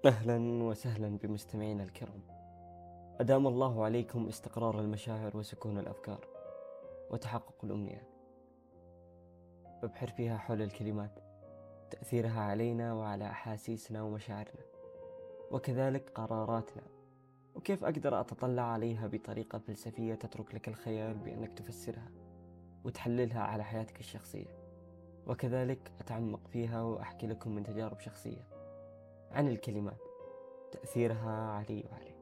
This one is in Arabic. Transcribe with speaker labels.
Speaker 1: أهلا وسهلا بمستمعينا الكرام. أدام الله عليكم استقرار المشاعر وسكون الأفكار وتحقق الأمنيات. ببحر فيها حول الكلمات، تأثيرها علينا وعلى أحاسيسنا ومشاعرنا وكذلك قراراتنا، وكيف أقدر أتطلع عليها بطريقة فلسفية تترك لك الخيال بأنك تفسرها وتحللها على حياتك الشخصية، وكذلك أتعمق فيها وأحكي لكم من تجارب شخصية عن الكلمات، تأثيرها علي وعليك.